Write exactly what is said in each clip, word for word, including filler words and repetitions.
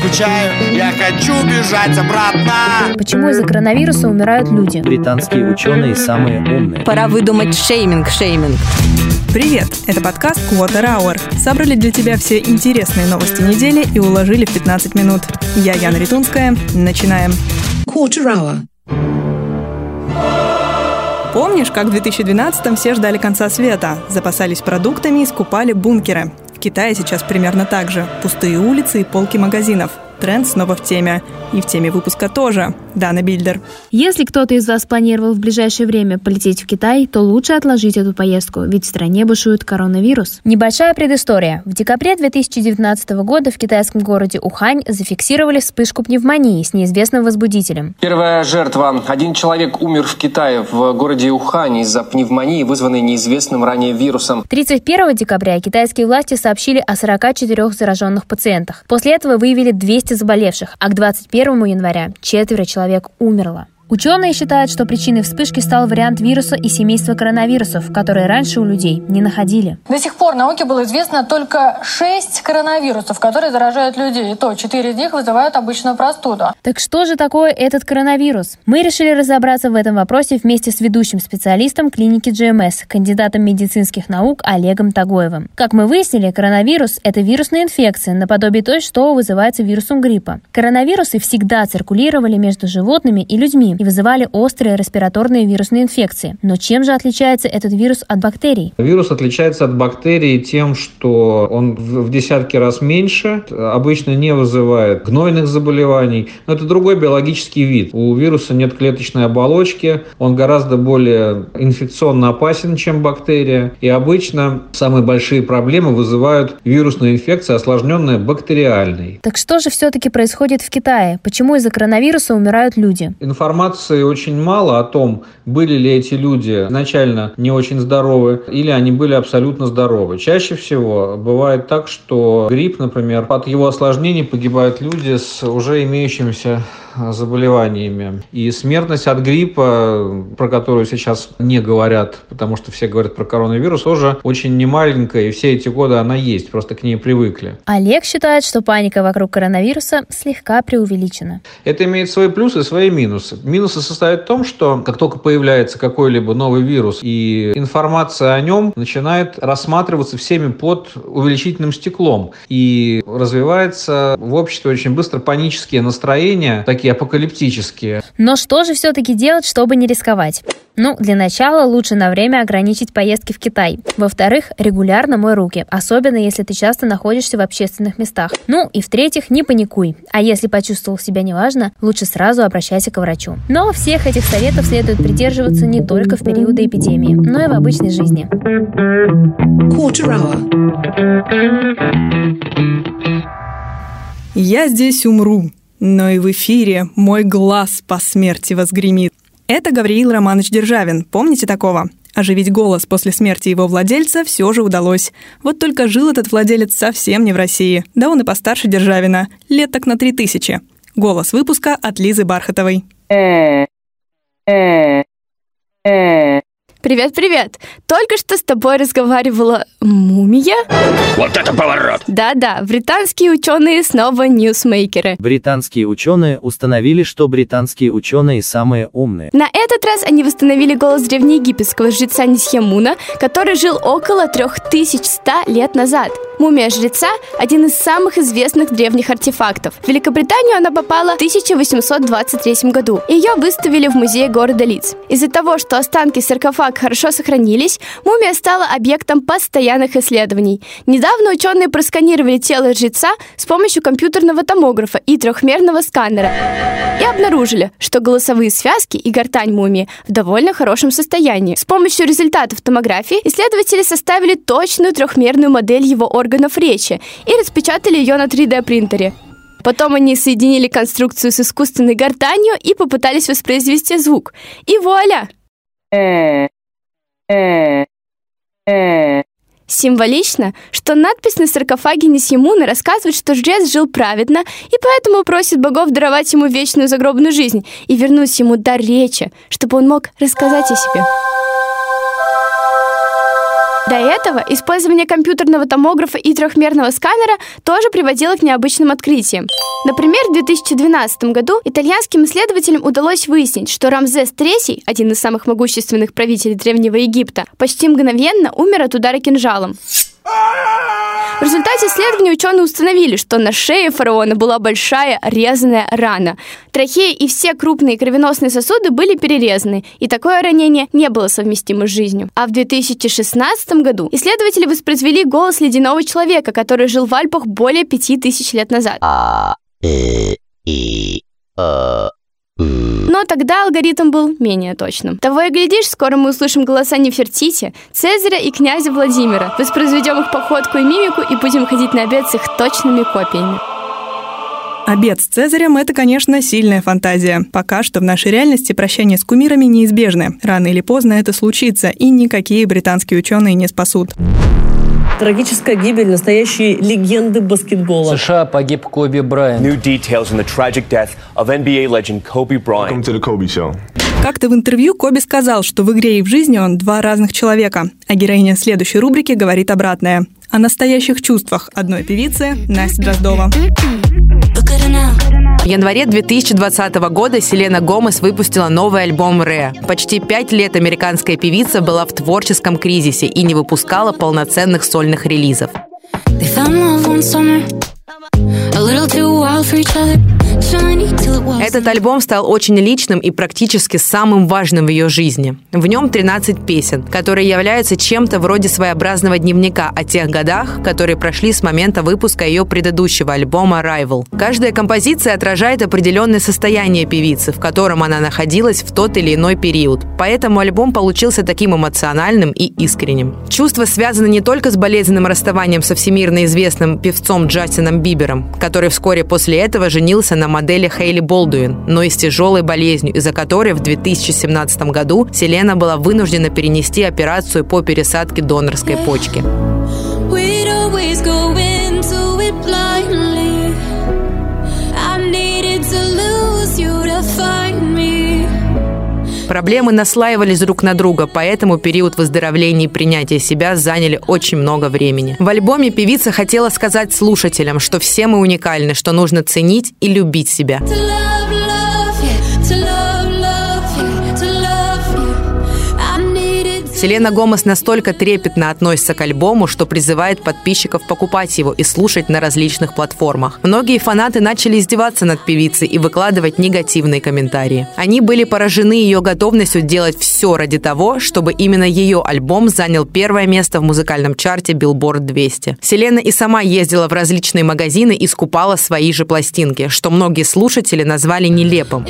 скучаю, я хочу бежать обратно. Почему из-за коронавируса умирают люди? Британские ученые самые умные. Пора выдумать шейминг-шейминг. Привет! Это подкаст Quarter Hour. Собрали для тебя все интересные новости недели и уложили в пятнадцать минут. Я Яна Ритунская. Начинаем. Quarter Hour. Помнишь, как в две тысячи двенадцатом все ждали конца света, запасались продуктами и скупали бункеры? В Китае сейчас примерно так же. Пустые улицы и полки магазинов. Тренд снова в теме. И в теме выпуска тоже. Дана Бильдер. Если кто-то из вас планировал в ближайшее время полететь в Китай, то лучше отложить эту поездку, ведь в стране бушует коронавирус. Небольшая предыстория. В декабре две тысячи девятнадцатого года в китайском городе Ухань зафиксировали вспышку пневмонии с неизвестным возбудителем. Первая жертва. Один человек умер в Китае, в городе Ухань, из-за пневмонии, вызванной неизвестным ранее вирусом. тридцать первого декабря китайские власти сообщили о сорока четырёх зараженных пациентах. После этого выявили двести заболевших, а к двадцать первому января четверо человек умерло. Ученые считают, что причиной вспышки стал вариант вируса и семейства коронавирусов, которые раньше у людей не находили. До сих пор науке было известно только шесть коронавирусов, которые заражают людей, и то четыре из них вызывают обычную простуду. Так что же такое этот коронавирус? Мы решили разобраться в этом вопросе вместе с ведущим специалистом клиники джи эм эс, кандидатом медицинских наук Олегом Тагоевым. Как мы выяснили, коронавирус – это вирусная инфекция, наподобие той, что вызывается вирусом гриппа. Коронавирусы всегда циркулировали между животными и людьми и вызывали острые респираторные вирусные инфекции. Но чем же отличается этот вирус от бактерий? Вирус отличается от бактерий тем, что он в десятки раз меньше, обычно не вызывает гнойных заболеваний, но это другой биологический вид. У вируса нет клеточной оболочки, он гораздо более инфекционно опасен, чем бактерия, и обычно самые большие проблемы вызывают вирусные инфекции, осложненные бактериальной. Так что же все-таки происходит в Китае? Почему из-за коронавируса умирают люди? Информация очень мало о том, были ли эти люди изначально не очень здоровы или они были абсолютно здоровы. Чаще всего бывает так, что грипп, например, от его осложнений погибают люди с уже имеющимися заболеваниями. И смертность от гриппа, про которую сейчас не говорят, потому что все говорят про коронавирус, тоже очень немаленькая, и все эти годы она есть, просто к ней привыкли. Олег считает, что паника вокруг коронавируса слегка преувеличена. Это имеет свои плюсы и свои минусы. Минусы состоят в том, что как только появляется какой-либо новый вирус, и информация о нем начинает рассматриваться всеми под увеличительным стеклом, и развивается в обществе очень быстро панические настроения, такие апокалиптические. Но что же все-таки делать, чтобы не рисковать? Ну, для начала лучше на время ограничить поездки в Китай. Во-вторых, регулярно мой руки, особенно если ты часто находишься в общественных местах. Ну и в-третьих, не паникуй. А если почувствовал себя неважно, лучше сразу обращайся к врачу. Но всех этих советов следует придерживаться не только в периоды эпидемии, но и в обычной жизни. Quarter Hour. Я здесь умру, но и в эфире мой глаз по смерти возгремит. Это Гавриил Романович Державин. Помните такого? Оживить голос после смерти его владельца все же удалось. Вот только жил этот владелец совсем не в России. Да он и постарше Державина. Лет так на три тысячи. Голос выпуска от Лизы Бархатовой. Привет-привет! Только что с тобой разговаривала мумия? Вот это поворот! Да-да, британские ученые снова ньюсмейкеры. Британские ученые установили, что британские ученые самые умные. На этот раз они восстановили голос древнеегипетского жреца Нисьямуна, который жил около три тысячи сто лет назад. Мумия жреца – один из самых известных древних артефактов. В Великобританию она попала в тысяча восемьсот двадцать третьем году. Ее выставили в музее города Лидс. Из-за того, что останки саркофага хорошо сохранились, мумия стала объектом постоянных исследований. Недавно ученые просканировали тело жреца с помощью компьютерного томографа и трехмерного сканера и обнаружили, что голосовые связки и гортань мумии в довольно хорошем состоянии. С помощью результатов томографии исследователи составили точную трехмерную модель его органов речи и распечатали ее на три дэ принтере. Потом они соединили конструкцию с искусственной гортанью и попытались воспроизвести звук. И вуаля! Символично, что надпись на саркофаге Нисьямуна рассказывает, что жрец жил праведно и поэтому просит богов даровать ему вечную загробную жизнь и вернуть ему дар речи, чтобы он мог рассказать о себе. До этого использование компьютерного томографа и трехмерного сканера тоже приводило к необычным открытиям. Например, в две тысячи двенадцатом году итальянским исследователям удалось выяснить, что Рамзес третий, один из самых могущественных правителей Древнего Египта, почти мгновенно умер от удара кинжалом. В результате исследований ученые установили, что на шее фараона была большая резаная рана. Трахея и все крупные кровеносные сосуды были перерезаны, и такое ранение не было совместимо с жизнью. А в две тысячи шестнадцатом году исследователи воспроизвели голос ледяного человека, который жил в Альпах более пяти тысяч лет назад. Но тогда алгоритм был менее точным. Того и глядишь, скоро мы услышим голоса Нефертити, Цезаря и князя Владимира, воспроизведем их походку и мимику и будем ходить на обед с их точными копиями. Обед с Цезарем – это, конечно, сильная фантазия. Пока что в нашей реальности прощание с кумирами неизбежны. Рано или поздно это случится, и никакие британские ученые не спасут. Трагическая гибель настоящей легенды баскетбола. В США погиб Коби Брайант. New details on the tragic death of эн би эй legend Kobe Bryant. Welcome to the Kobe Show. Как-то в интервью Коби сказал, что в игре и в жизни он два разных человека, а героиня следующей рубрики говорит обратное. О настоящих чувствах одной певицы Насти Дроздова. В январе две тысячи двадцатого года Селена Гомес выпустила новый альбом «Rare». Почти пять лет американская певица была в творческом кризисе и не выпускала полноценных сольных релизов. Этот альбом стал очень личным и практически самым важным в ее жизни. В нем тринадцать песен, которые являются чем-то вроде своеобразного дневника о тех годах, которые прошли с момента выпуска ее предыдущего альбома «Rival». Каждая композиция отражает определенное состояние певицы, в котором она находилась в тот или иной период. Поэтому альбом получился таким эмоциональным и искренним. Чувства связаны не только с болезненным расставанием со всемирно известным певцом Джастином Бибером, который вскоре после этого женился на модели Хейли Болдуин, но и с тяжелой болезнью, из-за которой в две тысячи семнадцатом году Селена была вынуждена перенести операцию по пересадке донорской почки. Проблемы наслаивались друг на друга, поэтому период выздоровления и принятия себя заняли очень много времени. В альбоме певица хотела сказать слушателям, что все мы уникальны, что нужно ценить и любить себя. Селена Гомес настолько трепетно относится к альбому, что призывает подписчиков покупать его и слушать на различных платформах. Многие фанаты начали издеваться над певицей и выкладывать негативные комментарии. Они были поражены ее готовностью делать все ради того, чтобы именно ее альбом занял первое место в музыкальном чарте Billboard двести. Селена и сама ездила в различные магазины и скупала свои же пластинки, что многие слушатели назвали нелепым.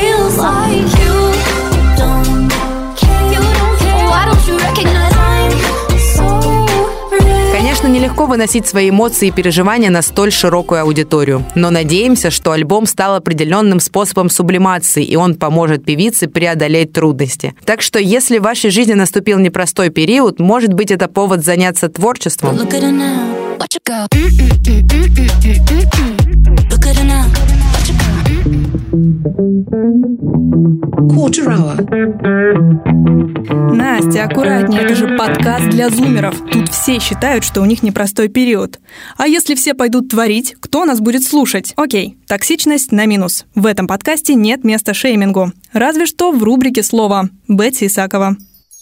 Конечно, нелегко выносить свои эмоции и переживания на столь широкую аудиторию, но надеемся, что альбом стал определенным способом сублимации, и он поможет певице преодолеть трудности. Так что, если в вашей жизни наступил непростой период, может быть, это повод заняться творчеством. Quarter hour. Настя, аккуратнее, это же подкаст для зумеров. Тут все считают, что у них непростой период. А если все пойдут творить, кто нас будет слушать? Окей, токсичность на минус. В этом подкасте нет места шеймингу. Разве что в рубрике «Слово». Бетси Исакова.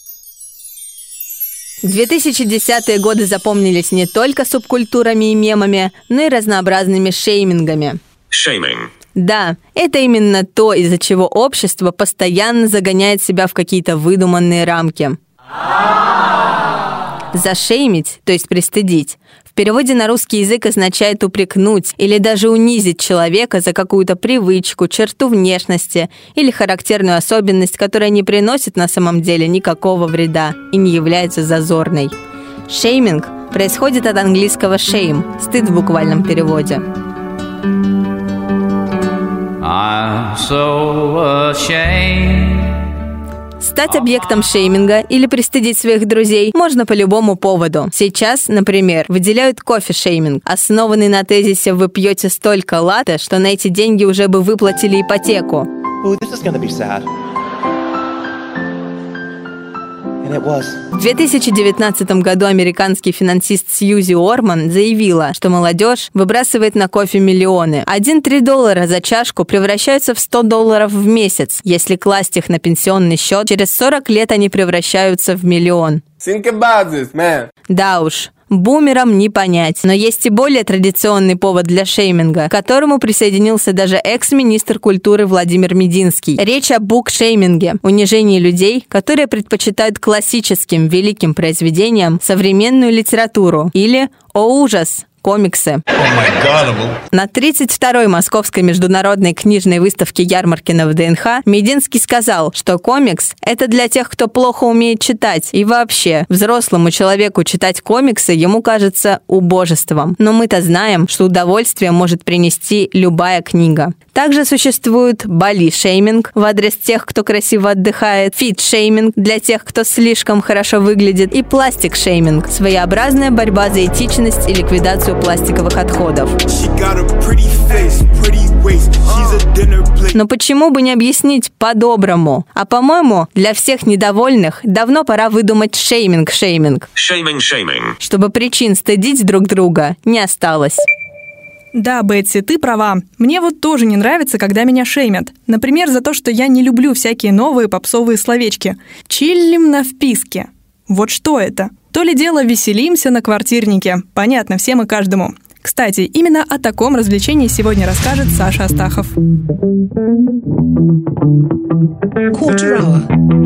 две тысячи десятые годы запомнились не только субкультурами и мемами, но и разнообразными шеймингами. Shaming. Да, это именно то, из-за чего общество постоянно загоняет себя в какие-то выдуманные рамки. Зашеймить, то есть пристыдить, в переводе на русский язык означает упрекнуть или даже унизить человека за какую-то привычку, черту внешности или характерную особенность, которая не приносит на самом деле никакого вреда и не является зазорной. Шейминг происходит от английского shame, стыд в буквальном переводе. I'm so ashamed. Стать объектом шейминга или пристыдить своих друзей можно по любому поводу. Сейчас, например, выделяют кофе-шейминг, основанный на тезисе «Вы пьете столько латте, что на эти деньги уже бы выплатили ипотеку». В две тысячи девятнадцатом году американский финансист Сьюзи Орман заявила, что молодежь выбрасывает на кофе миллионы. один-три доллара за чашку превращаются в сто долларов в месяц. Если класть их на пенсионный счет, через сорок лет они превращаются в миллион. Think about this, man. Да уж. Бумерам не понять. Но есть и более традиционный повод для шейминга, к которому присоединился даже экс-министр культуры Владимир Мединский. Речь о букшейминге, унижении людей, которые предпочитают классическим великим произведениям современную литературу, или, о ужас, комиксы. Oh на тридцать второй Московской международной книжной выставке ярмарки на ВДНХ Мединский сказал, что комикс – это для тех, кто плохо умеет читать. И вообще, взрослому человеку читать комиксы ему кажется убожеством. Но мы-то знаем, что удовольствие может принести любая книга. Также существует боди-шейминг в адрес тех, кто красиво отдыхает, фит-шейминг для тех, кто слишком хорошо выглядит, и пластик-шейминг – своеобразная борьба за этичность и ликвидацию пластиковых отходов. Но почему бы не объяснить по-доброму? А по-моему, для всех недовольных давно пора выдумать шейминг-шейминг. Шейминг-шейминг. Чтобы причин стыдить друг друга не осталось. Да, Бетси, ты права. Мне вот тоже не нравится, когда меня шеймят. Например, за то, что я не люблю всякие новые попсовые словечки. Чиллим на вписке. Вот что это? То ли дело веселимся на квартирнике. Понятно всем и каждому. Кстати, именно о таком развлечении сегодня расскажет Саша Астахов. Quarter hour.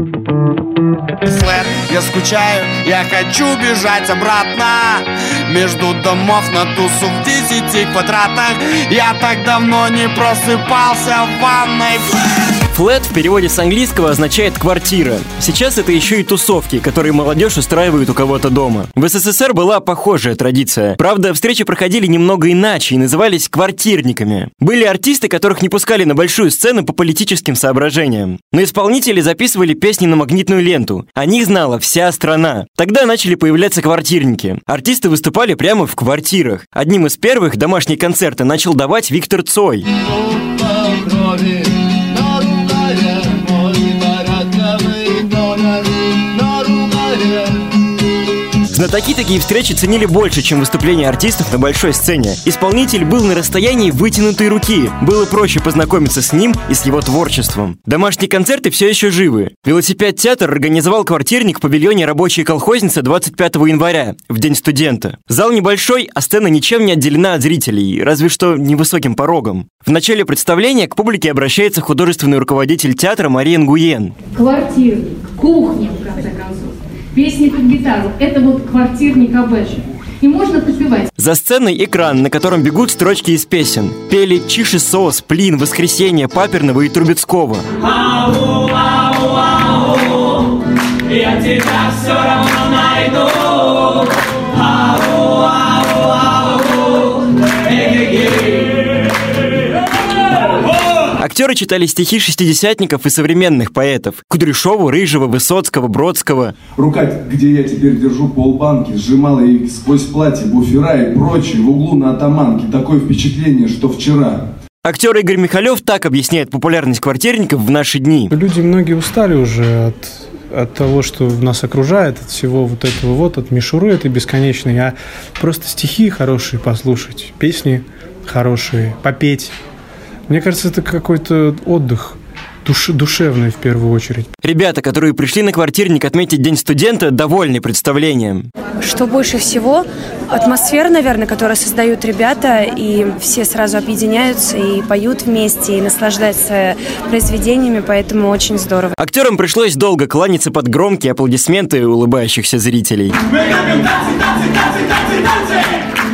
Флэт, я скучаю, я хочу бежать обратно между домов на тусу в десяти квадратах. Я так давно не просыпался в ванной. Флэт в переводе с английского означает «квартира». Сейчас это еще и тусовки, которые молодежь устраивает у кого-то дома. В СССР была похожая традиция. Правда, встречи проходили немного иначе и назывались квартирниками. Были артисты, которых не пускали на большую сцену по политическим соображениям. Но исполнители записывали песни на магнитную ленту. О них знала вся страна. Тогда начали появляться квартирники. Артисты выступали прямо в квартирах. Одним из первых домашние концерты начал давать Виктор Цой. Знатоки такие встречи ценили больше, чем выступления артистов на большой сцене. Исполнитель был на расстоянии вытянутой руки. Было проще познакомиться с ним и с его творчеством. Домашние концерты все еще живы. Велосипед-театр организовал квартирник в павильоне «Рабочая колхозница» двадцать пятого января, в День студента. Зал небольшой, а сцена ничем не отделена от зрителей, разве что невысоким порогом. В начале представления к публике обращается художественный руководитель театра Мария Нгуен. Квартирник, кухня, в конце концов. Песни под гитару. Это вот квартирник Абэджи. И можно подпевать. За сценой экран, на котором бегут строчки из песен. Пели Чиш и Сос, Плин, Воскресенье, Паперного и Трубецкого. Ау, ау, ау, я тебя все равно найду. Ау, ау, ау, э-ге-ге. Актеры читали стихи шестидесятников и современных поэтов. Кудряшова, Рыжего, Высоцкого, Бродского. Рука, где я теперь держу полбанки, сжимала их сквозь платье, буфера и прочее в углу на атаманке. Такое впечатление, что вчера. Актер Игорь Михалев так объясняет популярность квартирников в наши дни. Люди многие устали уже от, от того, что нас окружает, от всего вот этого вот, от мишуры этой бесконечной, а просто стихи хорошие послушать, песни хорошие, попеть. Мне кажется, это какой-то отдых, душ, душевный в первую очередь. Ребята, которые пришли на квартирник отметить День студента, довольны представлением. Что больше всего? Атмосфера, наверное, которую создают ребята, и все сразу объединяются и поют вместе, и наслаждаются произведениями, поэтому очень здорово. Актерам пришлось долго кланяться под громкие аплодисменты улыбающихся зрителей. Мы любим танцы, танцы, танцы, танцы, танцы!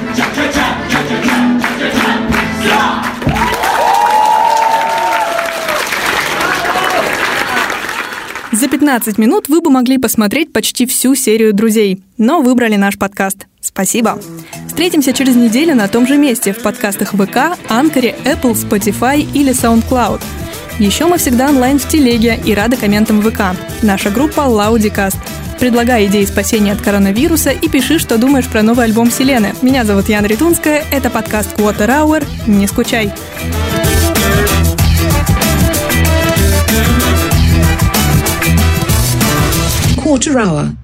За пятнадцать минут вы бы могли посмотреть почти всю серию «Друзей», но выбрали наш подкаст. Спасибо. Встретимся через неделю на том же месте в подкастах ВК, Анкоре, Apple, Spotify или SoundCloud. Еще мы всегда онлайн в Телеге и рады комментам в ВК. Наша группа Loudicast. Предлагай идеи спасения от коронавируса и пиши, что думаешь про новый альбом Селены. Меня зовут Яна Ритунская, это подкаст Quarter Hour. Не скучай. Quarter Hour